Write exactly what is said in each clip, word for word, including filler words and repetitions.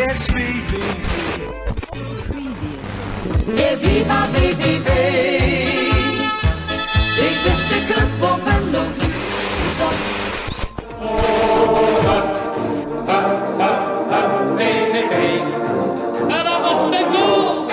It's V V V. Viva V V V. Ik wist de club op en nog niet. V V V. En dan was de goal.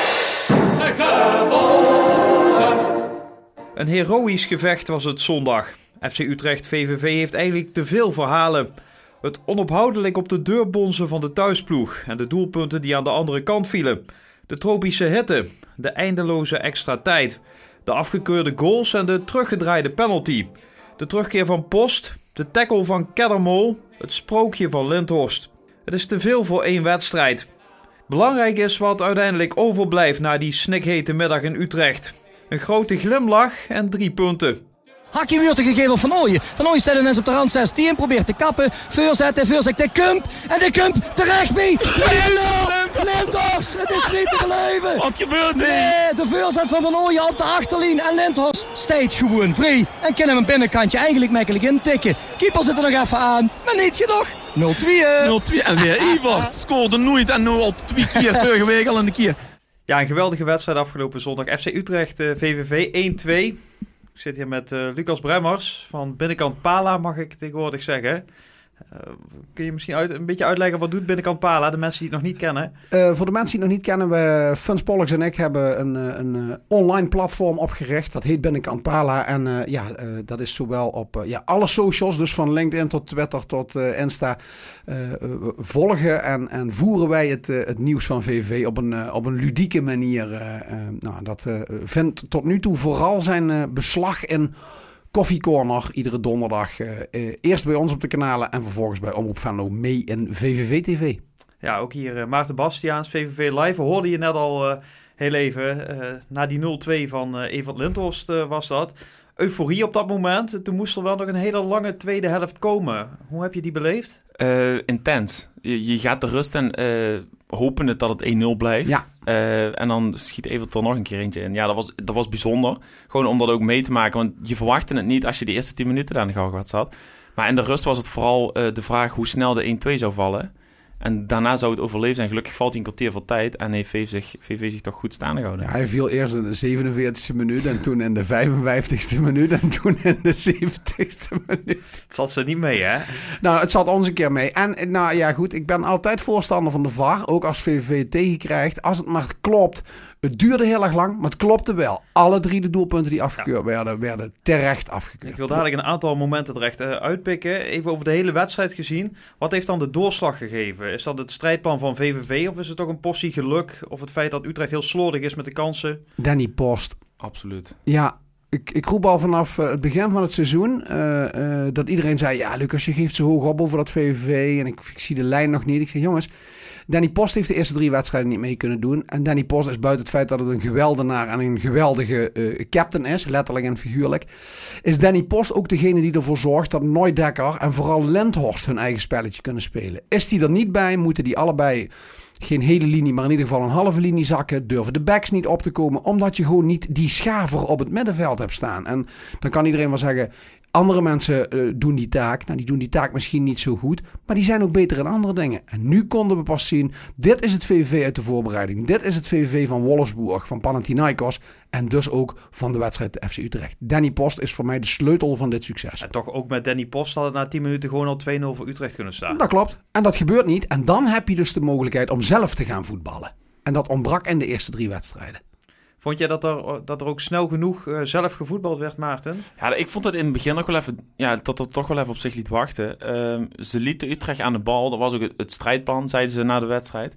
Een heroïsch gevecht was het zondag. F C Utrecht V V V heeft eigenlijk te veel verhalen. Het onophoudelijk op de deur bonzen van de thuisploeg en de doelpunten die aan de andere kant vielen. De tropische hitte, de eindeloze extra tijd, de afgekeurde goals en de teruggedraaide penalty. De terugkeer van Post, de tackle van Keddermol, het sprookje van Lindhorst. Het is te veel voor één wedstrijd. Belangrijk is wat uiteindelijk overblijft na die snikhete middag in Utrecht. Een grote glimlach en drie punten. Hakje Muurten gegeven op Van Ooyen. Van Ooyen staat ineens op de rand zestien. Probeert te kappen. Voorzetten. Voorzet de Kump. En de Kump terecht bij. twee nul. Lindhorst. Het is niet te geloven. Wat gebeurt er? Nee, de voorzet van Van Ooyen op de achterlijn. En Lindhorst steeds gewoon vrij. En kan hem een binnenkantje eigenlijk makkelijk intikken. Keeper zit er nog even aan. Maar niet genoeg. nul twee. nul twee. En weer Evert. Scoorde nooit en nu al twee keer. Vorige week al een keer. Ja, een geweldige wedstrijd afgelopen zondag. F C Utrecht, uh, V V V één twee. Ik zit hier met uh, Lucas Bremmers van binnenkant Pala, mag ik tegenwoordig zeggen. Uh, kun je misschien uit, een beetje uitleggen wat doet binnenkant Pala, de mensen die het nog niet kennen? Uh, voor de mensen die het nog niet kennen, we, Fons Pollux en ik hebben een, een, een online platform opgericht. Dat heet Binnenkant Pala. En uh, ja, uh, dat is zowel op uh, ja, alle socials, dus van LinkedIn tot Twitter tot uh, Insta, uh, uh, volgen en, en voeren wij het, uh, het nieuws van V V V op een, uh, op een ludieke manier. Uh, uh, nou, dat uh, vindt tot nu toe vooral zijn uh, beslag in Koffie Corner, iedere donderdag. Uh, uh, eerst bij ons op de kanalen en vervolgens bij Omroep Venlo mee in V V V T V. Ja, ook hier uh, Maarten Bastiaans, V V V Live. We hoorden je net al uh, heel even. Uh, na die nul twee van uh, Evert Lindhorst uh, was dat. Euforie op dat moment. Toen moest er wel nog een hele lange tweede helft komen. Hoe heb je die beleefd? Uh, intens. Je, je gaat de rust en uh, hopende dat het één nul blijft. Ja. Uh, en dan schiet Evert er nog een keer eentje in. Ja, dat was, dat was bijzonder. Gewoon om dat ook mee te maken. Want je verwachtte het niet als je de eerste tien minuten aan de gang zat. Maar in de rust was het vooral uh, de vraag hoe snel de één twee zou vallen. En daarna zou het overleefd zijn. Gelukkig valt hij een kwartier voor tijd. En heeft V V V zich, V V V zich toch goed staande gehouden. Ja, hij viel eerst in de zevenenveertigste minuut. En toen in de vijfenvijftigste minuut. En toen in de zeventigste minuut. Het zat ze niet mee, hè? Nou, het zat ons een keer mee. En nou ja, goed. Ik ben altijd voorstander van de V A R. Ook als V V V het tegenkrijgt. Als het maar klopt. Het duurde heel erg lang, maar het klopte wel. Alle drie de doelpunten die afgekeurd ja. werden, werden terecht afgekeurd. Ik wil dadelijk een aantal momenten terecht uh, uitpikken. Even over de hele wedstrijd gezien. Wat heeft dan de doorslag gegeven? Is dat het strijdplan van V V V of is het toch een portie geluk? Of het feit dat Utrecht heel slordig is met de kansen? Danny Post. Absoluut. Ja, ik, ik roep al vanaf uh, het begin van het seizoen uh, uh, dat iedereen zei... Ja, Lucas, je geeft zo hoog op over dat V V V en ik, ik zie de lijn nog niet. Ik zeg, jongens... Danny Post heeft de eerste drie wedstrijden niet mee kunnen doen. En Danny Post is buiten het feit dat het een geweldenaar en een geweldige uh, captain is, letterlijk en figuurlijk, is Danny Post ook degene die ervoor zorgt dat Neudekker en vooral Lindhorst hun eigen spelletje kunnen spelen. Is die er niet bij, moeten die allebei geen hele linie, maar in ieder geval een halve linie zakken. Durven de backs niet op te komen, omdat je gewoon niet die schaver op het middenveld hebt staan. En dan kan iedereen wel zeggen... Andere mensen uh, doen die taak. Nou, die doen die taak misschien niet zo goed. Maar die zijn ook beter in andere dingen. En nu konden we pas zien... Dit is het V V V uit de voorbereiding. Dit is het V V V van Wolfsburg, van Panathinaikos. En dus ook van de wedstrijd F C Utrecht. Danny Post is voor mij de sleutel van dit succes. En toch ook met Danny Post had het na tien minuten gewoon al twee nul voor Utrecht kunnen staan. Dat klopt. En dat gebeurt niet. En dan heb je dus de mogelijkheid om zelf te gaan voetballen. En dat ontbrak in de eerste drie wedstrijden. Vond jij dat er, dat er ook snel genoeg uh, zelf gevoetbald werd, Maarten? Ja, ik vond het in het begin nog wel even... Ja, dat het toch wel even op zich liet wachten. Uh, ze lieten Utrecht aan de bal. Dat was ook het, het strijdplan, zeiden ze na de wedstrijd.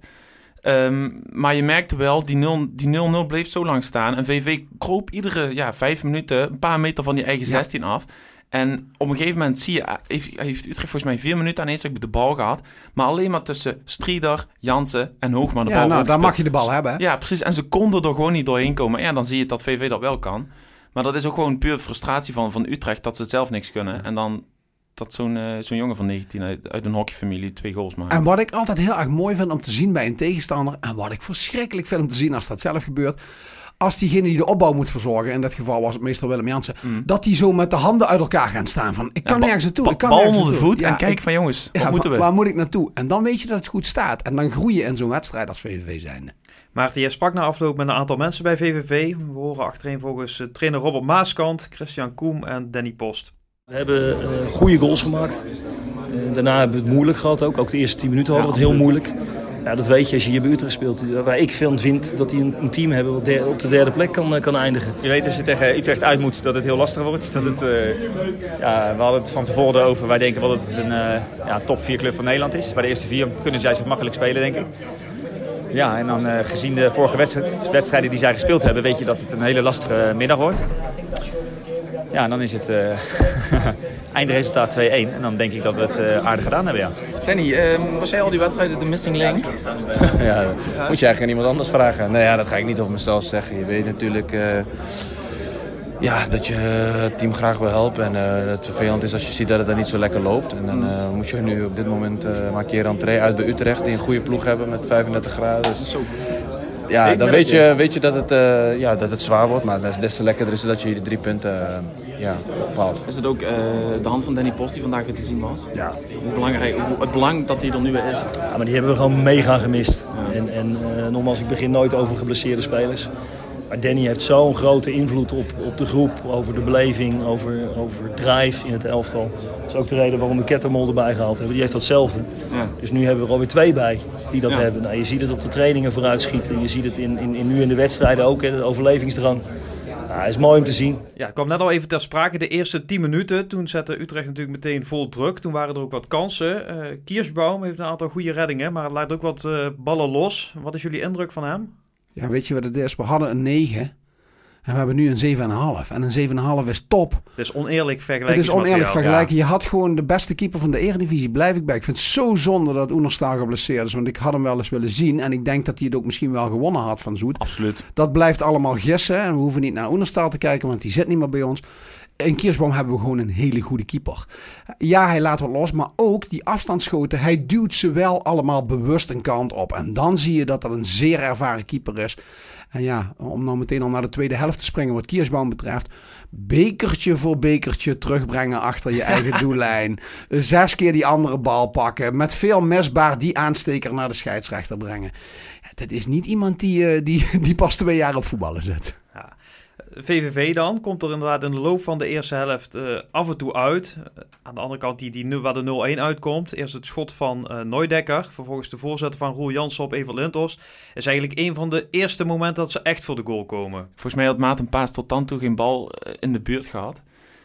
Um, maar je merkte wel, die nul nul bleef zo lang staan. En V V V kroop iedere ja, vijf minuten een paar meter van die eigen zestien ja. af. En op een gegeven moment zie je, heeft, heeft Utrecht volgens mij vier minuten aan één stuk de bal gehad. Maar alleen maar tussen Strieder, Jansen en Hoogman de ja, bal. Nou, dan mag je de bal hebben. Hè? Ja, precies. En ze konden er gewoon niet doorheen komen. Ja, dan zie je dat V V V dat wel kan. Maar dat is ook gewoon puur frustratie van, van Utrecht dat ze het zelf niks kunnen. En dan dat zo'n, uh, zo'n jongen van negentien uit, uit een hockeyfamilie twee goals maakt. En wat ik altijd heel erg mooi vind om te zien bij een tegenstander... en wat ik verschrikkelijk vind om te zien als dat zelf gebeurt... als diegene die de opbouw moet verzorgen, in dat geval was het meestal Willem Jansen, Mm. dat die zo met de handen uit elkaar gaan staan van, ik kan Ja, nergens naartoe, ba- ik kan bal nergens onder de naartoe. voet en kijk ik- van jongens, wat ja, moeten wa- we? Waar moet ik naartoe? En dan weet je dat het goed staat. En dan groei je in zo'n wedstrijd als V V V zijnde. Maarten, jij sprak na afloop met een aantal mensen bij V V V. We horen achterin volgens uh, trainer Robert Maaskant, Christian Koem en Danny Post. We hebben uh, goede goals gemaakt. Uh, daarna hebben we het moeilijk gehad ook. Ook de eerste tien minuten hadden we het heel moeilijk. Ja, dat weet je als je hier bij Utrecht speelt. Waar ik van vind dat die een, een team hebben wat der, op de derde plek kan, uh, kan eindigen. Je weet als je tegen Utrecht uit moet dat het heel lastig wordt. Dat het, uh, ja, we hadden het van tevoren erover. Wij denken wel dat het een uh, ja, top vier club van Nederland is. Bij de eerste vier kunnen zij zich makkelijk spelen, denk ik. Ja, en dan uh, gezien de vorige wedstrijd, wedstrijden die zij gespeeld hebben, weet je dat het een hele lastige middag wordt. Ja, en dan is het uh, eindresultaat twee-een. En dan denk ik dat we het uh, aardig gedaan hebben, ja. Danny, um, was jij al die wedstrijden de missing link? Ja, dat moet je eigenlijk aan iemand anders vragen. Nou ja, dat ga ik niet over mezelf zeggen. Je weet natuurlijk uh, ja, dat je het team graag wil helpen. En uh, het vervelend is als je ziet dat het dan niet zo lekker loopt. En dan uh, moet je nu op dit moment uh, maak je een rentree uit bij Utrecht. Die een goede ploeg hebben met vijfendertig graden. Dus, ja, dan weet je, weet je dat het, uh, ja, dat het zwaar wordt. Maar des te lekkerder is het dat je hier de drie punten uh, ja, ophaalt. Is het ook uh, de hand van Danny Post die vandaag weer te zien was? Ja. Hoe belangrijk, hoe, het belang dat hij er nu weer is. Ja, maar die hebben we gewoon mega gemist. Ja. En, en uh, nogmaals, ik begin nooit over geblesseerde spelers. Maar Danny heeft zo'n grote invloed op, op de groep, over de beleving, over, over drive in het elftal. Dat is ook de reden waarom we Kettermol erbij gehaald hebben. Die heeft datzelfde. Ja. Dus nu hebben we er alweer twee bij die dat ja. hebben. Nou, je ziet het op de trainingen vooruitschieten. Je ziet het in, in, in, nu in de wedstrijden ook, hè, de overlevingsdrang. Ja, het is mooi om te zien. Ja, het kwam net al even ter sprake. De eerste tien minuten, toen zette Utrecht natuurlijk meteen vol druk. Toen waren er ook wat kansen. Uh, Kiersbaum heeft een aantal goede reddingen, maar het laat ook wat uh, ballen los. Wat is jullie indruk van hem? Ja, weet je wat het is? We hadden een negen en we hebben nu een zeven komma vijf. En een zeven komma vijf is top. Het is oneerlijk vergelijken. Het is oneerlijk vergelijken. Ja. Je had gewoon de beste keeper van de Eredivisie, blijf ik bij. Ik vind het zo zonde dat Oenerstal geblesseerd is, want ik had hem wel eens willen zien. En ik denk dat hij het ook misschien wel gewonnen had van Zoet. Absoluut. Dat blijft allemaal gissen. En we hoeven niet naar Oenerstal te kijken, want die zit niet meer bij ons. In Kiersbaum hebben we gewoon een hele goede keeper. Ja, hij laat wat los, maar ook die afstandsschoten. Hij duwt ze wel allemaal bewust een kant op. En dan zie je dat dat een zeer ervaren keeper is. En ja, om nou meteen al naar de tweede helft te springen wat Kiersbaum betreft. Bekertje voor bekertje terugbrengen achter je eigen doellijn. Zes keer die andere bal pakken. Met veel misbaar die aansteker naar de scheidsrechter brengen. Ja, dat is niet iemand die, die, die pas twee jaar op voetballen zit. Ja. V V V dan komt er inderdaad in de loop van de eerste helft uh, af en toe uit. Uh, aan de andere kant die, die, waar de nul-een uitkomt. Eerst het schot van uh, Neudekker. Vervolgens de voorzet van Roel Jansen op Evert Lintos. Is eigenlijk een van de eerste momenten dat ze echt voor de goal komen. Volgens mij had Maarten Paas tot dan toe geen bal in de buurt gehad.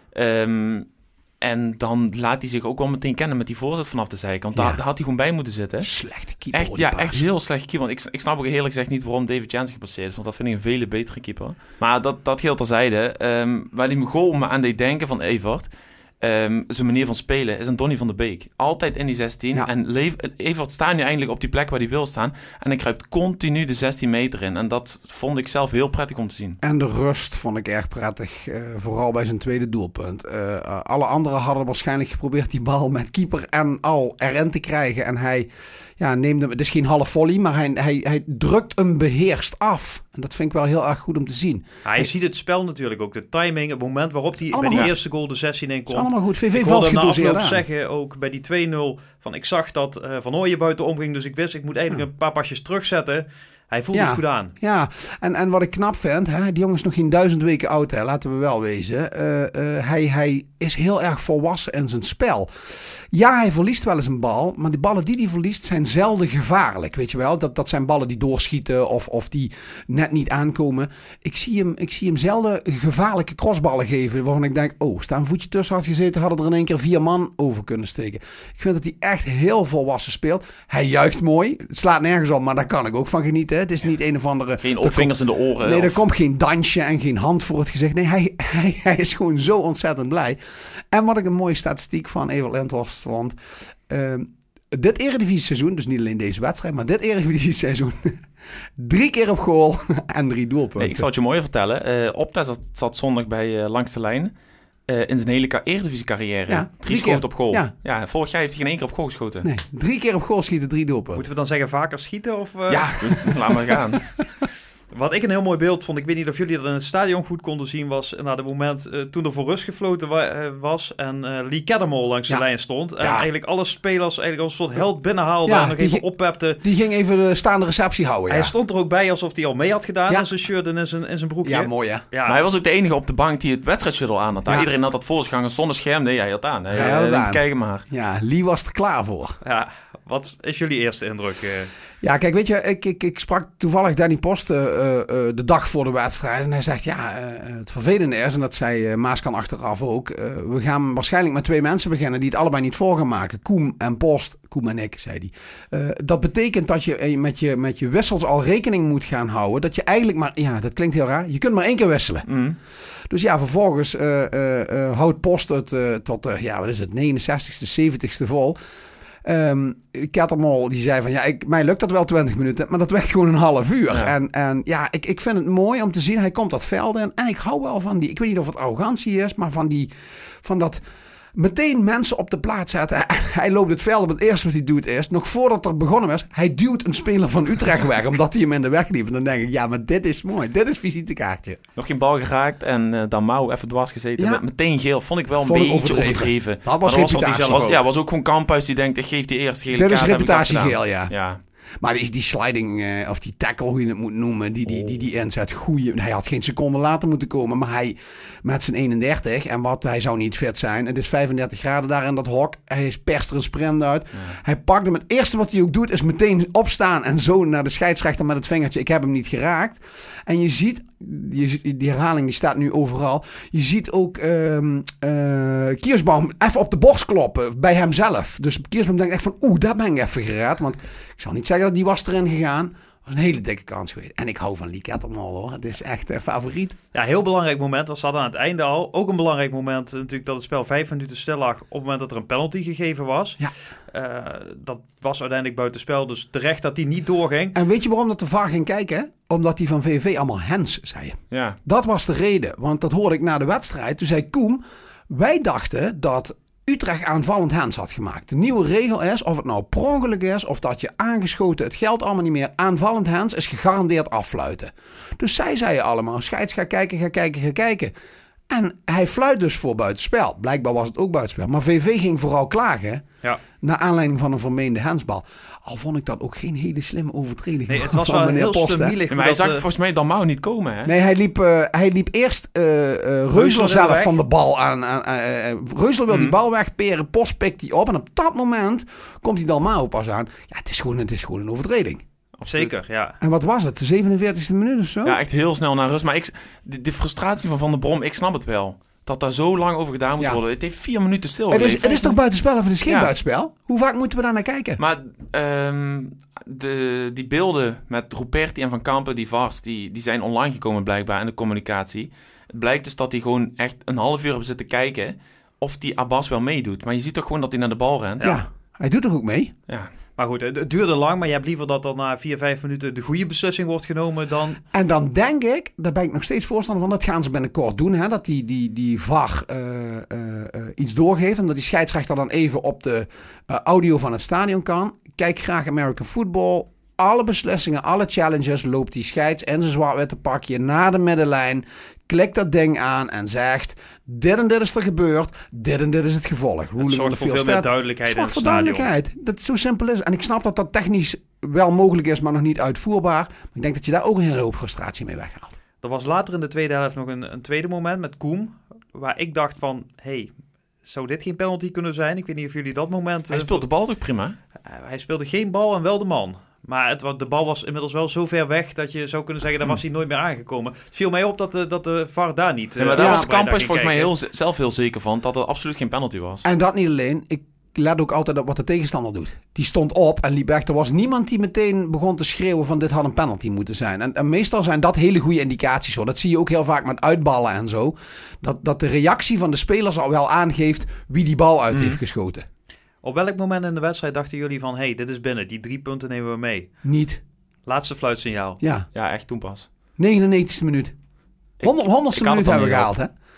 Um, en dan laat hij zich ook wel meteen kennen met die voorzet vanaf de zijkant. Ja. Daar, daar had hij gewoon bij moeten zitten. Slechte keeper. Echt, ja, echt heel slechte keeper. Want ik, ik snap ook eerlijk gezegd niet waarom David Jansen gepasseerd is. Want dat vind ik een vele betere keeper. Maar dat, dat geheel terzijde. Um, waar hij me gewoon me aan deed denken van Evert. Um, zijn manier van spelen is een Donny van de Beek. Altijd in die zestien. Ja. En Le- Evert staat nu eigenlijk op die plek waar hij wil staan. En hij kruipt continu de zestien meter in. En dat vond ik zelf heel prettig om te zien. En de rust vond ik erg prettig. Uh, vooral bij zijn tweede doelpunt. Uh, uh, alle anderen hadden waarschijnlijk geprobeerd die bal met keeper en al erin te krijgen. En hij ja, neemt hem. Het is geen half volley, maar hij, hij, hij drukt hem beheerst af. En dat vind ik wel heel erg goed om te zien. Ja, je hij, ziet het spel natuurlijk ook. De timing, het moment waarop hij bij die eerste goal de zestien in komt. Allemaal goed. V V ik valt wilde gedoseerd na aan. zeggen ook bij die twee nul van ik zag dat uh, Van Ooyen buiten omging. Dus ik wist ik moet eigenlijk ja. een paar pasjes terugzetten. Hij voelt ja, het goed aan. Ja, en, en wat ik knap vind, hè, die jongen is nog geen duizend weken oud, hè, laten we wel wezen. Uh, uh, hij, hij is heel erg volwassen in zijn spel. Ja, hij verliest wel eens een bal, maar de ballen die hij verliest zijn zelden gevaarlijk. Weet je wel, dat, dat zijn ballen die doorschieten of, of die net niet aankomen. Ik zie, hem, ik zie hem zelden gevaarlijke crossballen geven, waarvan ik denk, oh, sta een voetje tussen had gezeten, hadden er in één keer vier man over kunnen steken. Ik vind dat hij echt heel volwassen speelt. Hij juicht mooi, het slaat nergens op, maar daar kan ik ook van genieten. Het is niet een of andere... Geen opvingers in de oren. Nee, of... er komt geen dansje en geen hand voor het gezicht. Nee, hij, hij, hij is gewoon zo ontzettend blij. En wat ik een mooie statistiek van Evert Lintos vond. Uh, dit Eredivisie-seizoen, dus niet alleen deze wedstrijd, maar dit Eredivisie-seizoen. drie keer op goal en drie doelpunten. Nee, ik zal het je mooier vertellen. Uh, Opta zat, zat zondag bij uh, Langs de Lijn. Uh, in zijn hele Eredivisie-carrière. Ja, drie schoten op goal. Ja. ja, vorig jaar heeft hij geen één keer op goal geschoten. Nee, drie keer op goal schieten, drie doelpunten. Moeten we dan zeggen vaker schieten? Of, uh... Ja, laat maar gaan. Wat ik een heel mooi beeld vond, ik weet niet of jullie dat in het stadion goed konden zien, was na het moment uh, toen er voor rust gefloten wa- uh, was en uh, Lee Cattermole langs ja. de lijn stond. En ja. eigenlijk alle spelers eigenlijk als een soort held binnenhaalde ja, en nog even ging, oppepte. Die ging even de staande receptie houden. Hij ja. stond er ook bij alsof hij al mee had gedaan ja. in zijn shirt en in zijn, in zijn broekje. Ja, mooi hè. Ja. Maar hij was ook de enige op de bank die het wedstrijdshirt al aan had. Ja. Iedereen had dat voor zich hangen zonder scherm. Nee, hij had aan. Hij, ja, uh, aan. Kijk maar. Ja, Lee was er klaar voor. Ja, wat is jullie eerste indruk? Uh? Ja, kijk, weet je, ik, ik, ik sprak toevallig Danny Post uh, uh, de dag voor de wedstrijd. En hij zegt, ja, uh, het vervelende is, en dat zei uh, Maaskan achteraf ook, uh, we gaan waarschijnlijk met twee mensen beginnen die het allebei niet voor gaan maken. Koem en Post, Koem en ik, zei hij. Uh, dat betekent dat je met, je met je wissels al rekening moet gaan houden. Dat je eigenlijk maar, ja, dat klinkt heel raar, je kunt maar één keer wisselen. Mm. Dus ja, vervolgens uh, uh, uh, houdt Post het uh, tot, uh, ja, wat is het, negenenzestigste, zeventigste vol. Um, Cattermole die zei van ja, ik, mij lukt dat wel twintig minuten, maar dat werd gewoon een half uur. Ja. En, en ja, ik, ik vind het mooi om te zien, hij komt dat veld in en ik hou wel van die, ik weet niet of het arrogantie is, maar van die, van dat meteen mensen op de plaats zetten. En hij loopt het veld op, het eerste wat hij doet is, nog voordat er begonnen was, hij duwt een speler van Utrecht weg, omdat hij hem in de weg liep. En dan denk ik, ja, maar dit is mooi, dit is visitekaartje. Nog geen bal geraakt en uh, dan Mouw even dwars gezeten. Ja. Meteen geel, vond ik wel een vond beetje overdreven. overdreven. Dat was reputatie. Ja, ja, was ook gewoon Kamphuis die denkt, ik geef die eerste gele dit kaart. Dit is reputatiegeel, ja. ja. Maar die, die sliding, uh, of die tackle, hoe je het moet noemen, die, die, die, die inzet, goeie. Hij had geen seconde later moeten komen, maar hij met zijn eenendertig en wat, hij zou niet fit zijn. Het is vijfendertig graden daar in dat hok. Hij perst er een sprint uit. Ja. Hij pakt hem. Het eerste wat hij ook doet is meteen opstaan en zo naar de scheidsrechter met het vingertje. Ik heb hem niet geraakt. En je ziet, je, die herhaling die staat nu overal. Je ziet ook um, uh, Kiersbaum even op de borst kloppen bij hemzelf. Dus Kiersbaum denkt echt van, oeh, daar ben ik even geraakt. Want ik zal niet zeggen dat die was erin gegaan. Dat was een hele dikke kans geweest. En ik hou van Lee Cattermole, hoor. Het is echt een favoriet. Ja, heel belangrijk moment. Was dat aan het einde al. Ook een belangrijk moment natuurlijk dat het spel vijf minuten stil lag op het moment dat er een penalty gegeven was. Ja. Uh, dat was uiteindelijk buitenspel, dus terecht dat die niet doorging. En weet je waarom dat de V A R ging kijken? Omdat die van V V V allemaal hands zeiden. Ja. Dat was de reden. Want dat hoorde ik na de wedstrijd. Toen zei Koem, wij dachten dat Utrecht aanvallend hands had gemaakt. De nieuwe regel is, of het nou per ongeluk is, of dat je aangeschoten, het geldt allemaal niet meer. Aanvallend hands is gegarandeerd affluiten. Dus zij zeiden allemaal, scheids, ga kijken, ga kijken, ga kijken. En hij fluit dus voor buitenspel. Blijkbaar was het ook buitenspel. Maar V V ging vooral klagen. Ja. Naar aanleiding van een vermeende handsbal. Al vond ik dat ook geen hele slimme overtreding. Nee, het was wel heel slemielig. Maar hij zag uh... volgens mij dan Mouw niet komen, hè? Nee, hij liep, uh, hij liep eerst uh, uh, Reusel zelf weg. van de bal aan. aan uh, uh, Reusel wil mm. die bal wegperen. Post pikt die op. En op dat moment komt hij dan Mouw pas aan. Ja, het is gewoon, het is gewoon een overtreding. Zeker, ja. En wat was het? De zevenenveertigste minuut of zo? Ja, echt heel snel naar rust. Maar ik, de, de frustratie van Van der Brom, ik snap het wel. Dat daar zo lang over gedaan moet ja. worden. Het heeft vier minuten stil. Het is, het is toch buitenspel of het is geen ja. buitenspel? Hoe vaak moeten we daar naar kijken? Maar um, de, die beelden met Ruperti en Van Kampen, die V A R's, die, die zijn online gekomen blijkbaar in de communicatie. Het blijkt dus dat hij gewoon echt een half uur hebben zitten kijken of die Abbas wel meedoet. Maar je ziet toch gewoon dat hij naar de bal rent. Ja, ja. Hij doet toch ook mee? Ja. Maar goed, het duurde lang, maar je hebt liever dat er na vier, vijf minuten de goede beslissing wordt genomen dan... En dan denk ik, daar ben ik nog steeds voorstander van, dat gaan ze binnenkort doen, hè, dat die, die, die V A R uh, uh, uh, iets doorgeeft en dat die scheidsrechter dan even op de uh, audio van het stadion kan. Kijk graag American Football. Alle beslissingen, alle challenges loopt die scheids in zijn zwart-witte pakje naar de middenlijn. Klikt dat ding aan en zegt, dit en dit is er gebeurd, dit en dit is het gevolg. Het zorgt voor veel meer duidelijkheid in het stadion. duidelijkheid. Dat het zo simpel is. En ik snap dat dat technisch wel mogelijk is, maar nog niet uitvoerbaar. Maar ik denk dat je daar ook een hele hoop frustratie mee weghaalt. Er was later in de tweede helft nog een, een tweede moment met Koem, waar ik dacht van, hey, zou dit geen penalty kunnen zijn? Ik weet niet of jullie dat moment... Hij speelt de bal toch prima? Uh, hij speelde geen bal en wel de man. Maar het, de bal was inmiddels wel zo ver weg dat je zou kunnen zeggen, daar was hij nooit meer aangekomen. Het viel mij op dat de, dat de V A R daar niet... Ja, maar daar uh, was Kampers volgens mij heel, zelf heel zeker van dat er absoluut geen penalty was. En dat niet alleen. Ik let ook altijd op wat de tegenstander doet. Die stond op en liep weg. Er was niemand die meteen begon te schreeuwen van dit had een penalty moeten zijn. En, en meestal zijn dat hele goede indicaties, hoor. Dat zie je ook heel vaak met uitballen en zo. Dat, dat de reactie van de spelers al wel aangeeft wie die bal uit mm. heeft geschoten. Op welk moment in de wedstrijd dachten jullie van, hey, dit is binnen, die drie punten nemen we mee? Niet. Laatste fluitsignaal. Ja. Ja, echt toen pas. negenennegentigste minuut. honderdste minuut hebben we gehaald, hè?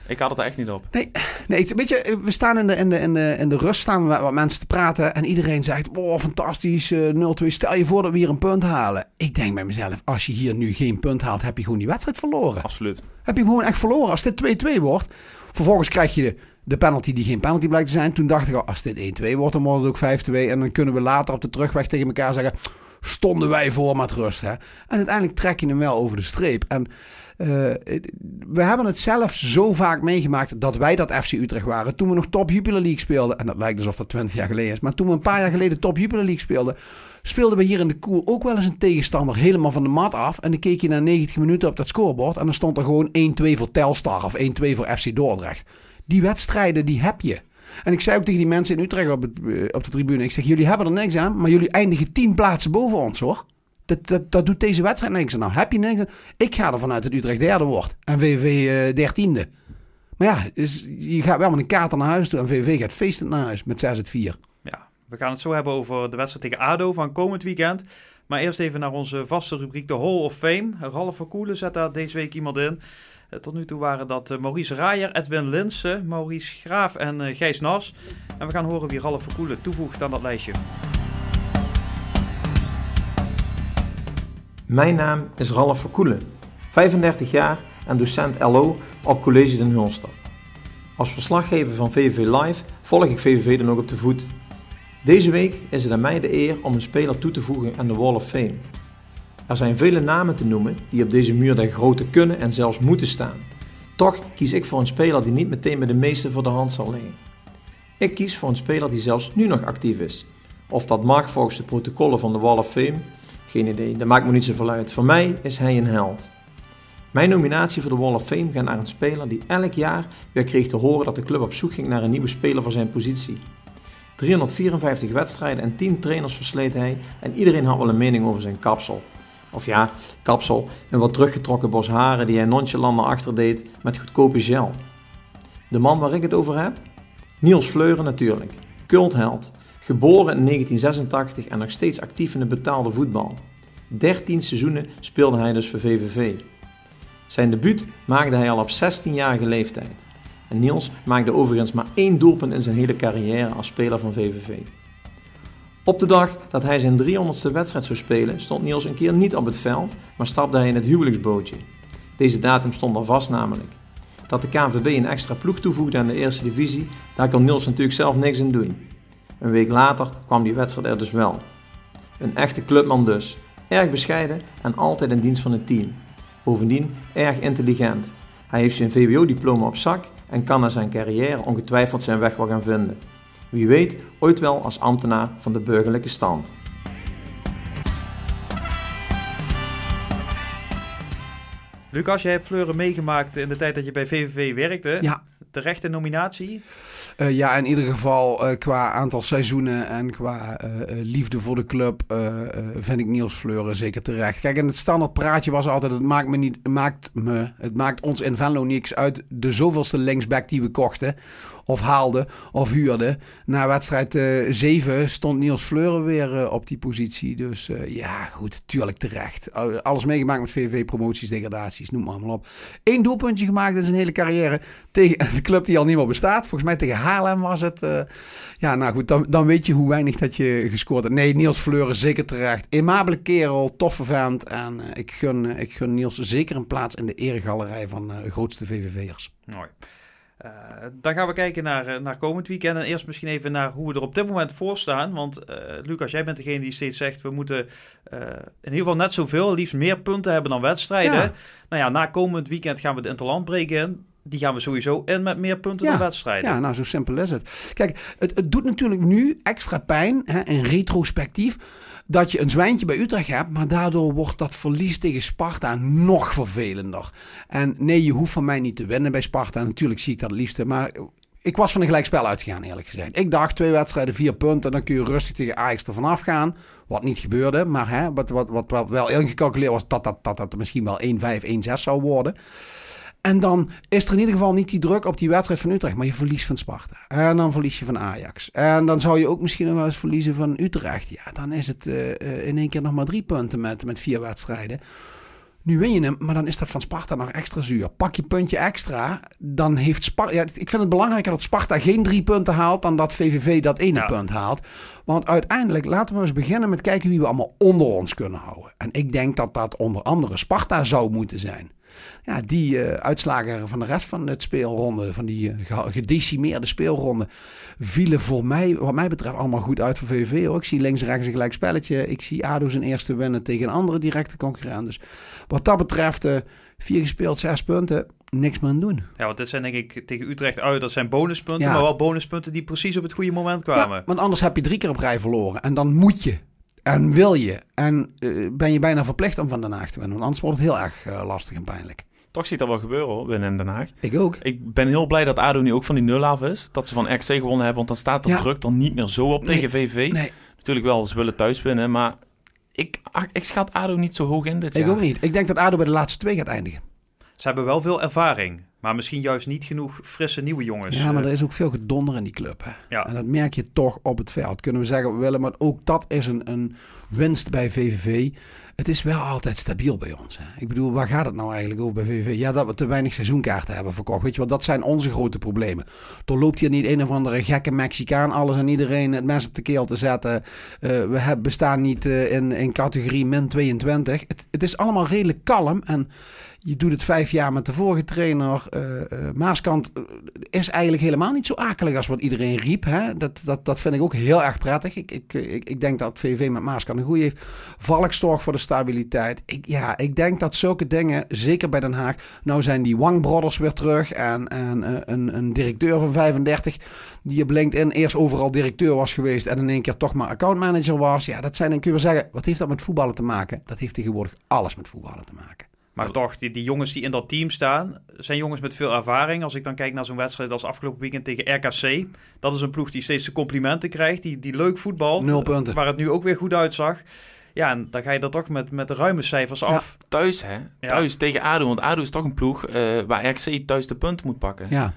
Ik had het er echt niet op. Nee, nee ik, weet je, we staan in de, in, de, in, de, in de rust staan we met wat mensen te praten. En iedereen zegt, oh fantastisch, uh, nul twee. Stel je voor dat we hier een punt halen. Ik denk bij mezelf, als je hier nu geen punt haalt, heb je gewoon die wedstrijd verloren. Absoluut. Heb je gewoon echt verloren. Als dit twee twee wordt, vervolgens krijg je de, de penalty die geen penalty blijkt te zijn. Toen dacht ik al, als dit één twee wordt, dan wordt het ook vijf twee. En dan kunnen we later op de terugweg tegen elkaar zeggen, stonden wij voor met rust. Hè? En uiteindelijk trek je hem wel over de streep. En uh, we hebben het zelf zo vaak meegemaakt dat wij dat F C Utrecht waren. Toen we nog top Jupiler League speelden. En dat lijkt alsof dat twintig jaar geleden is. Maar toen we een paar jaar geleden top Jupiler League speelden, speelden we hier in de koel ook wel eens een tegenstander helemaal van de mat af. En dan keek je na negentig minuten op dat scorebord. En dan stond er gewoon één twee voor Telstar of één twee voor F C Dordrecht. Die wedstrijden, die heb je. En ik zei ook tegen die mensen in Utrecht op, het, op de tribune. Ik zeg, jullie hebben er niks aan, maar jullie eindigen tien plaatsen boven ons, hoor. Dat, dat, dat doet deze wedstrijd niks aan. Nou, heb je niks aan? Ik ga ervan uit dat Utrecht derde wordt. En V V V uh, dertiende. Maar ja, dus je gaat wel met een kaarten naar huis toe. En V V V gaat feestend naar huis met zes vier. Ja, we gaan het zo hebben over de wedstrijd tegen A D O van komend weekend. Maar eerst even naar onze vaste rubriek, de Hall of Fame. Ralf Verkoelen zet daar deze week iemand in. Tot nu toe waren dat Maurice Raaier, Edwin Linssen, Maurice Graaf en uh, Gijs Nas. En we gaan horen wie Ralf Verkoelen toevoegt aan dat lijstje. Mijn naam is Ralf Verkoelen, vijfendertig jaar en docent L O op College Den Hulster. Als verslaggever van V V V Live volg ik V V V dan ook op de voet. Deze week is het aan mij de eer om een speler toe te voegen aan de Wall of Fame. Er zijn vele namen te noemen die op deze muur der grote kunnen en zelfs moeten staan. Toch kies ik voor een speler die niet meteen bij de meesten voor de hand zal liggen. Ik kies voor een speler die zelfs nu nog actief is. Of dat mag volgens de protocollen van de Wall of Fame, geen idee, dat maakt me niet zoveel uit. Voor mij is hij een held. Mijn nominatie voor de Wall of Fame gaat naar een speler die elk jaar weer kreeg te horen dat de club op zoek ging naar een nieuwe speler voor zijn positie. driehonderdvierenvijftig wedstrijden en tien trainers versleet hij en iedereen had wel een mening over zijn kapsel. Of ja, kapsel, een wat teruggetrokken bos haren die hij nonchalant naar achter deed met goedkope gel. De man waar ik het over heb? Niels Fleuren natuurlijk, cultheld. Geboren in negentien zesentachtig en nog steeds actief in het betaalde voetbal. dertien seizoenen speelde hij dus voor V V V. Zijn debuut maakte hij al op zestienjarige leeftijd. En Niels maakte overigens maar één doelpunt in zijn hele carrière als speler van V V V. Op de dag dat hij zijn driehonderdste wedstrijd zou spelen, stond Niels een keer niet op het veld, maar stapte hij in het huwelijksbootje. Deze datum stond al vast namelijk. Dat de K N V B een extra ploeg toevoegde aan de eerste divisie, daar kon Niels natuurlijk zelf niks in doen. Een week later kwam die wedstrijd er dus wel. Een echte clubman dus, erg bescheiden en altijd in dienst van het team. Bovendien erg intelligent. Hij heeft zijn V W O-diploma op zak en kan na zijn carrière ongetwijfeld zijn weg wel gaan vinden. Wie weet, ooit wel als ambtenaar van de burgerlijke stand. Lucas, jij hebt Fleuren meegemaakt in de tijd dat je bij V V V werkte. Ja. Terechte nominatie? Uh, ja, in ieder geval uh, qua aantal seizoenen en qua uh, liefde voor de club uh, uh, vind ik Niels Fleuren zeker terecht. Kijk, en het standaard praatje was altijd, het maakt me niet, het maakt me, het maakt ons in Venlo niks uit de zoveelste linksback die we kochten of haalden of huurden. Na wedstrijd uh, zeven stond Niels Fleuren weer uh, op die positie. Dus uh, ja, goed, tuurlijk terecht. Alles meegemaakt met V V V, promoties, degradaties, noem maar allemaal op. Eén doelpuntje gemaakt in zijn hele carrière tegen de club die al niet meer bestaat. Volgens mij tegen Haarlem was het. Uh, ja, nou goed, dan, dan weet je hoe weinig dat je gescoord hebt. Nee, Niels Fleuren zeker terecht. Aimabele kerel, toffe vent. En uh, ik, gun, uh, ik gun Niels zeker een plaats in de eregalerij van uh, de grootste V V V'ers. Mooi. Uh, dan gaan we kijken naar, naar komend weekend. En eerst misschien even naar hoe we er op dit moment voor staan. Want uh, Lucas, jij bent degene die steeds zegt, we moeten uh, in ieder geval net zoveel, liefst meer punten hebben dan wedstrijden. Ja. Nou ja, na komend weekend gaan we de Interland breken in. Die gaan we sowieso in met meer punten ja, dan wedstrijden. Ja, nou zo simpel is het. Kijk, het, het doet natuurlijk nu extra pijn, hè, in retrospectief, dat je een zwijntje bij Utrecht hebt, maar daardoor wordt dat verlies tegen Sparta nog vervelender. En nee, je hoeft van mij niet te winnen bij Sparta. Natuurlijk zie ik dat het liefste, maar ik was van een gelijkspel uitgegaan, eerlijk gezegd. Ik dacht, twee wedstrijden, vier punten, dan kun je rustig tegen Ajax er vanaf gaan. Wat niet gebeurde, maar hè, wat, wat, wat, wat wel ingecalculeerd was, dat dat, dat dat misschien wel één vijf, één zes zou worden. En dan is er in ieder geval niet die druk op die wedstrijd van Utrecht. Maar je verliest van Sparta. En dan verlies je van Ajax. En dan zou je ook misschien nog wel eens verliezen van Utrecht. Ja, dan is het uh, in één keer nog maar drie punten met, met vier wedstrijden. Nu win je hem, maar dan is dat van Sparta nog extra zuur. Pak je puntje extra, dan heeft Sparta... Ja, ik vind het belangrijker dat Sparta geen drie punten haalt dan dat V V V dat ene ja. punt haalt. Want uiteindelijk, laten we eens beginnen met kijken wie we allemaal onder ons kunnen houden. En ik denk dat dat onder andere Sparta zou moeten zijn. Ja, die uh, uitslagen van de rest van het speelronde, van die uh, gedecimeerde speelronde, vielen voor mij, wat mij betreft, allemaal goed uit voor V V V. Hoor. Ik zie links en rechts een gelijk spelletje. Ik zie A D O zijn eerste winnen tegen een andere directe concurrent. Dus wat dat betreft, uh, vier gespeeld, zes punten, niks meer aan doen. Ja, want dit zijn denk ik tegen Utrecht uit, dat zijn bonuspunten, ja. maar wel bonuspunten die precies op het goede moment kwamen. Ja, want anders heb je drie keer op rij verloren en dan moet je. En wil je. En uh, ben je bijna verplicht om van Den Haag te winnen. Want anders wordt het heel erg uh, lastig en pijnlijk. Toch ziet dat wel gebeuren hoor, binnen Den Haag. Ik ook. Ik ben heel blij dat A D O nu ook van die nul af is. Dat ze van R K C gewonnen hebben. Want dan staat de ja. druk dan niet meer zo op nee. tegen V V V. Nee. Natuurlijk wel, ze willen thuis winnen. Maar ik, ik schat A D O niet zo hoog in dit ik jaar. Ik ook niet. Ik denk dat A D O bij de laatste twee gaat eindigen. Ze hebben wel veel ervaring. Maar misschien juist niet genoeg frisse nieuwe jongens. Ja, maar er is ook veel gedonder in die club. Hè? Ja. En dat merk je toch op het veld. Kunnen we zeggen, we willen, maar ook dat is een, een winst bij V V V. Het is wel altijd stabiel bij ons. Hè? Ik bedoel, waar gaat het nou eigenlijk over bij V V V? Ja, dat we te weinig seizoenkaarten hebben verkocht. Weet je wel, dat zijn onze grote problemen. Er loopt hier niet een of andere gekke Mexicaan alles en iedereen het mes op de keel te zetten. Uh, we hebben, bestaan niet uh, in, in categorie min tweeëntwintig. Het, het is allemaal redelijk kalm en... Je doet het vijf jaar met de vorige trainer. Uh, uh, Maaskant is eigenlijk helemaal niet zo akelig als wat iedereen riep. Hè? Dat, dat, dat vind ik ook heel erg prettig. Ik, ik, ik, ik denk dat V V V met Maaskant een goede heeft. Valkstorg voor de stabiliteit. Ik, ja, ik denk dat zulke dingen, zeker bij Den Haag... Nou zijn die Wang Brothers weer terug. En, en uh, een, een directeur van vijfendertig... die op LinkedIn eerst overal directeur was geweest... en in één keer toch maar accountmanager was. Ja, dat zijn, dan kun je wel zeggen... wat heeft dat met voetballen te maken? Dat heeft tegenwoordig alles met voetballen te maken. Maar toch, die, die jongens die in dat team staan, zijn jongens met veel ervaring. Als ik dan kijk naar zo'n wedstrijd als afgelopen weekend tegen R K C. Dat is een ploeg die steeds de complimenten krijgt, die, die leuk voetbalt. Nul punten. Waar het nu ook weer goed uitzag. Ja, en dan ga je dat toch met, met de ruime cijfers af. Ja, thuis hè, thuis ja. tegen A D O. Want A D O is toch een ploeg uh, waar R K C thuis de punten moet pakken. Ja.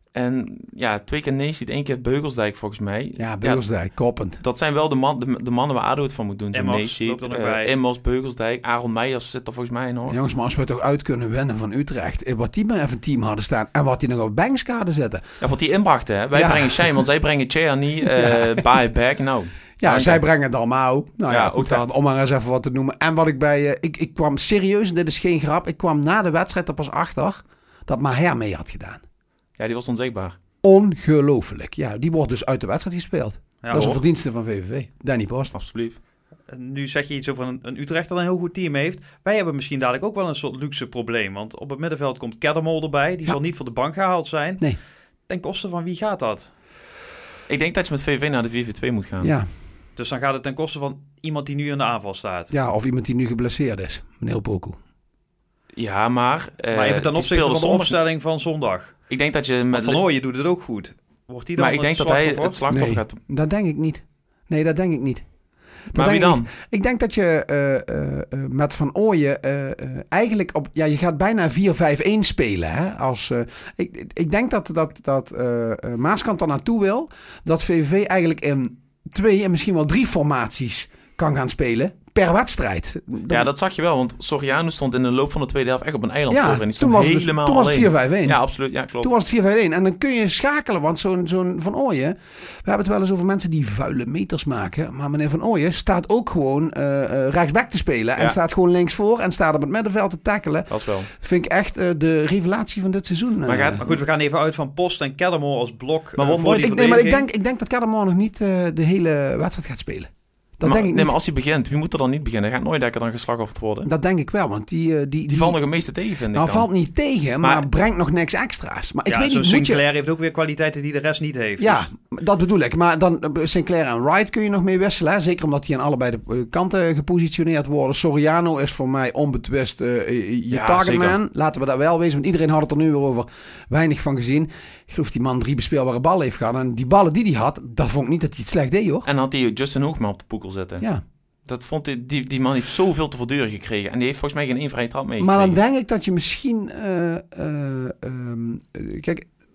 En ja, twee keer nee ziet, één keer Beugelsdijk volgens mij. Ja, Beugelsdijk, ja, koppend. Dat zijn wel de, man, de, de mannen waar A D O het van moet doen. Emmers loopt er nog bij. Emmers, Beugelsdijk, Aaron Meijers zit er volgens mij nog. Jongens, maar als we toch uit kunnen winnen van Utrecht. Wat die maar even een team hadden staan. En wat die nog op bankskade zetten. Ja, wat die inbrachten. Hè? Wij ja. brengen Shane, want zij brengen Tjerni, uh, ja. Buyback. Nou... Ja, zij brengen Dalmau. Nou ja, ja ook dat. Om maar eens even wat te noemen. En wat ik bij... Uh, ik, ik kwam serieus, en dit is geen grap. Ik kwam na de wedstrijd er pas achter dat Maher mee had gedaan. Ja, die was onzichtbaar. Ongelooflijk. Ja, die wordt dus uit de wedstrijd gespeeld. Ja, dat is een verdienste van V V V. Danny Post. Alsjeblieft. Nu zeg je iets over een, een Utrecht dat een heel goed team heeft. Wij hebben misschien dadelijk ook wel een soort luxe probleem. Want op het middenveld komt Keddermol erbij. Die ja. zal niet voor de bank gehaald zijn. Nee. Ten koste van wie gaat dat? Ik denk dat je met V V V naar de vier vier twee moet gaan. Ja. Dus dan gaat het ten koste van iemand die nu in de aanval staat. Ja, of iemand die nu geblesseerd is. Meneer Poku. Ja, maar... Uh, maar even ten opzichte van de opstelling van zondag. Ik denk dat je... Met Van Nooijen doet het ook goed. Wordt die dan maar ik denk dat hij het slachtoffer nee, gaat... dat denk ik niet. Nee, dat denk ik niet. Dat maar wie dan? Ik, ik denk dat je uh, uh, met Van Ooyen uh, uh, eigenlijk op... Ja, je gaat bijna vier vijf een spelen. Hè? Als, uh, ik, ik denk dat, dat, dat uh, uh, Maaskant er naartoe wil. Dat V V V eigenlijk in twee en misschien wel drie formaties kan gaan spelen. Per wedstrijd. Dan... Ja, dat zag je wel. Want Soriano stond in de loop van de tweede helft echt op een eiland ja, voor. En die stond toen was helemaal het, toen was het vier vijf een. Ja, absoluut. Ja, klopt. Toen was het vier vijf een. En dan kun je schakelen. Want zo'n, zo'n Van Ooyen... We hebben het wel eens over mensen die vuile meters maken. Maar meneer Van Ooyen staat ook gewoon uh, uh, rechtsback te spelen. En ja. staat gewoon links voor. En staat op het middenveld te tackelen. Dat is wel. Vind ik echt uh, de revelatie van dit seizoen. Uh, maar, gaat, maar goed, we gaan even uit van Post en Keddermol als blok. Maar, uh, voor ik, nee, maar ik denk, ik denk dat Keddermol nog niet uh, de hele wedstrijd gaat spelen. Dat maar, denk ik nee, niet. maar als hij begint, wie moet er dan niet beginnen? Gaat Nooidekker dan geslachtofferd worden? Dat denk ik wel, want die... Uh, die, die, die valt nog het meeste tegen, vind nou, ik dan. valt niet tegen, maar, maar brengt nog niks extra's. Maar ik ja, weet niet, Sinclair je... heeft ook weer kwaliteiten die de rest niet heeft. Ja, dus... dat bedoel ik. Maar dan Sinclair en Wright kun je nog mee wisselen. Hè? Zeker omdat die aan allebei de kanten gepositioneerd worden. Soriano is voor mij onbetwist uh, je ja, targetman. Laten we dat wel wezen, want iedereen had het er nu weer over. Weinig van gezien. Ik geloof die man drie bespeelbare ballen heeft gehad. En die ballen die hij had, dat vond ik niet dat hij het slecht deed, hoor. En had hij Justin Hoogma op de poekel zetten. Ja. Dat vond die, die, die man heeft zoveel te verduren gekregen. En die heeft volgens mij geen één vrije trap meegekregen. Maar dan denk ik dat je misschien... Uh, uh, um, kijk,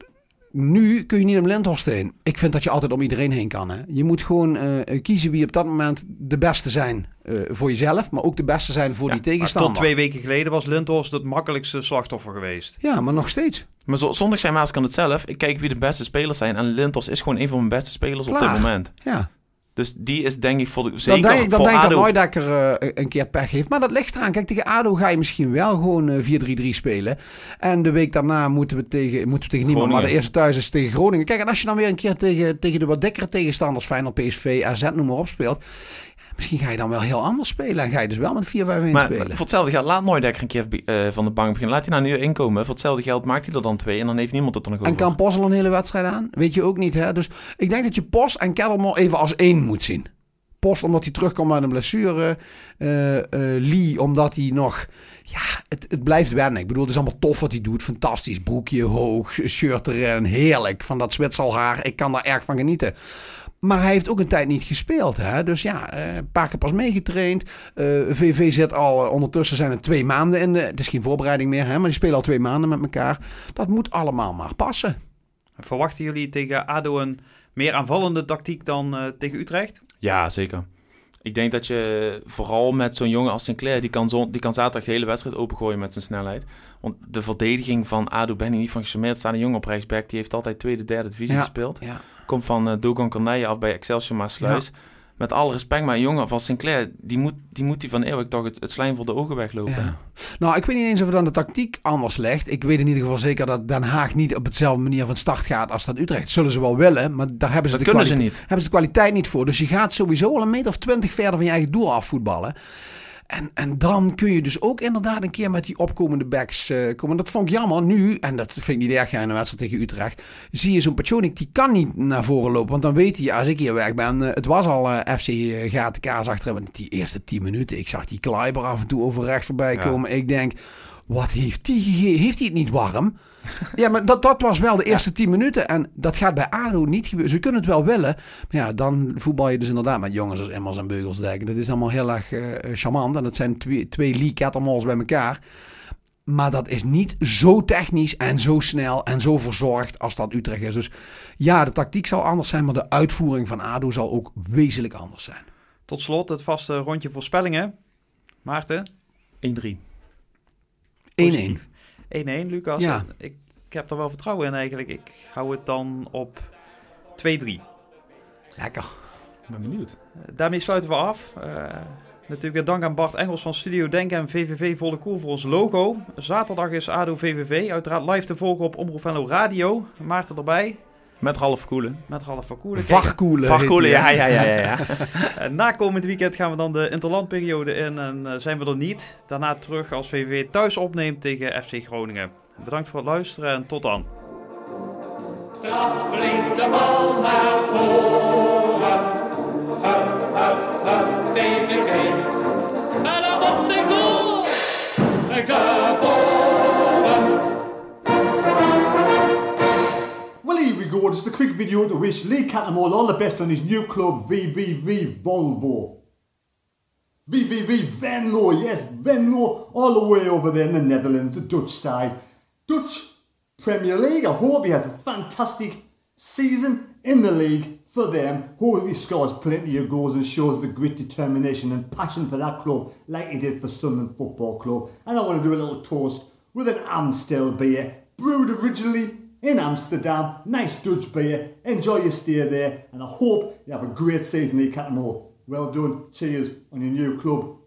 nu kun je niet om Lindhorst heen. Ik vind dat je altijd om iedereen heen kan. Hè? Je moet gewoon uh, kiezen wie op dat moment de beste zijn uh, voor jezelf, maar ook de beste zijn voor ja, die tegenstander. Tot twee weken geleden was Lindhorst het makkelijkste slachtoffer geweest. Ja, maar nog steeds. Maar zo, zondag zijn Maas kan het zelf. Ik kijk wie de beste spelers zijn en Lindhorst is gewoon een van mijn beste spelers Klaar. op dit moment. Ja. Dus die is denk ik voor de, zeker dan denk ik, dan voor denk ADO. dat Neudekker uh, een keer pech heeft. Maar dat ligt eraan. Kijk, tegen ADO ga je misschien wel gewoon uh, vier drie drie spelen. En de week daarna moeten we tegen, moeten we tegen niemand. Maar de eerste thuis is tegen Groningen. Kijk, en als je dan weer een keer tegen, tegen de wat dikkere tegenstanders, Feyenoord, P S V, A Z, noem maar op, speelt. Misschien ga je dan wel heel anders spelen. En ga je dus wel met vier vijf een spelen. Maar voor hetzelfde geld, laat Neudekker een keer uh, van de bank beginnen. Laat hij nou nu inkomen. Voor hetzelfde geld maakt hij er dan twee. En dan heeft niemand het er nog over. En kan Pos al een hele wedstrijd aan? Weet je ook niet, hè? Dus ik denk dat je Pos en Kellerman even als één moet zien. Post omdat hij terugkomt uit een blessure. Uh, uh, Lee omdat hij nog... Ja, het, het blijft wennen. Ik bedoel, het is allemaal tof wat hij doet. Fantastisch. Broekje hoog, shirt erin. Heerlijk. Van dat Zwitserhaar. Ik kan daar erg van genieten. Maar hij heeft ook een tijd niet gespeeld. Hè? Dus ja, uh, een paar keer pas meegetraind. Uh, V V zit al... Uh, ondertussen zijn er twee maanden in de... Het is geen voorbereiding meer, hè? Maar die spelen al twee maanden met elkaar. Dat moet allemaal maar passen. Verwachten jullie tegen ADO een meer aanvallende tactiek dan uh, tegen Utrecht? Ja, zeker. Ik denk dat je vooral met zo'n jongen als Sinclair, die kan, zo, die kan zaterdag de hele wedstrijd opengooien met zijn snelheid. Want de verdediging van ADO ben ik niet van gesommeerd. Staat een jongen op rechtsback, die heeft altijd tweede, derde divisie ja, gespeeld. Ja. Komt van uh, Dogan Corneille af bij Excelsior Maasluis. Ja. Met alle respect, maar een jongen van Sinclair, die moet die, moet die van eeuwig toch het, het slijm voor de ogen weglopen. Ja. Nou, ik weet niet eens of het dan de tactiek anders ligt. Ik weet in ieder geval zeker dat Den Haag niet op hetzelfde manier van start gaat als dat Utrecht. Zullen ze wel willen, maar daar hebben ze, dat de, kunnen kwali- ze niet. hebben ze de kwaliteit niet voor. Dus je gaat sowieso al een meter of twintig verder van je eigen doel afvoetballen. En, en dan kun je dus ook inderdaad een keer met die opkomende backs uh, komen. Dat vond ik jammer. Nu, en dat vind ik niet erg in een wedstrijd tegen Utrecht, zie je zo'n Pacionik, die kan niet naar voren lopen. Want dan weet hij, als ik hier weg ben, uh, het was al uh, F C uh, gatenkaas achterin. Want die eerste tien minuten, ik zag die Kleiber af en toe over rechts voorbij ja. komen. Ik denk, wat heeft die gegeven? Heeft hij het niet warm? Ja, maar dat, dat was wel de eerste tien minuten. En dat gaat bij ADO niet gebeuren. Ze kunnen het wel willen. Maar ja, dan voetbal je dus inderdaad met jongens als Emmers en Beugelsdijk. Dat is allemaal heel erg uh, charmant. En dat zijn twee, twee Lee Kettermals bij elkaar. Maar dat is niet zo technisch en zo snel en zo verzorgd als dat Utrecht is. Dus ja, de tactiek zal anders zijn. Maar de uitvoering van ADO zal ook wezenlijk anders zijn. Tot slot het vaste rondje voorspellingen. Maarten? één drie. één één. één één, Lucas. Ja. Ik, ik heb er wel vertrouwen in eigenlijk. Ik hou het dan op twee drie. Lekker. Ik ben benieuwd. Daarmee sluiten we af. Uh, natuurlijk weer dank aan Bart Engels van Studio Denk en V V V Volle Koel voor ons logo. Zaterdag is ADO V V V. Uiteraard live te volgen op Omroep Venlo Radio. Maarten erbij. Met Ralf Koelen. Met Ralf Koelen. Vachkoelen. Vachkoelen, ja, ja, ja, ja. ja. Na komend weekend gaan we dan de interlandperiode in en uh, zijn we er niet. Daarna terug als V V V thuis opneemt tegen F C Groningen. Bedankt voor het luisteren en tot dan. Trap flink de bal naar voren. Hup, hup, hup, V V V. En dan nog de goal. Geboren. Well, here we go. Just a quick video to wish Lee Cattermole all the best on his new club, V V V Volvo. V V V Venlo, yes, Venlo, all the way over there in the Netherlands, the Dutch side. Dutch Premier League. I hope he has a fantastic season in the league for them. Hope he scores plenty of goals and shows the grit, determination and passion for that club like he did for Sunderland Football Club. And I want to do a little toast with an Amstel beer, brewed originally in Amsterdam. Nice Dutch beer. Enjoy your stay there and I hope you have a great season, Lee Cattermole. Well done. Cheers on your new club.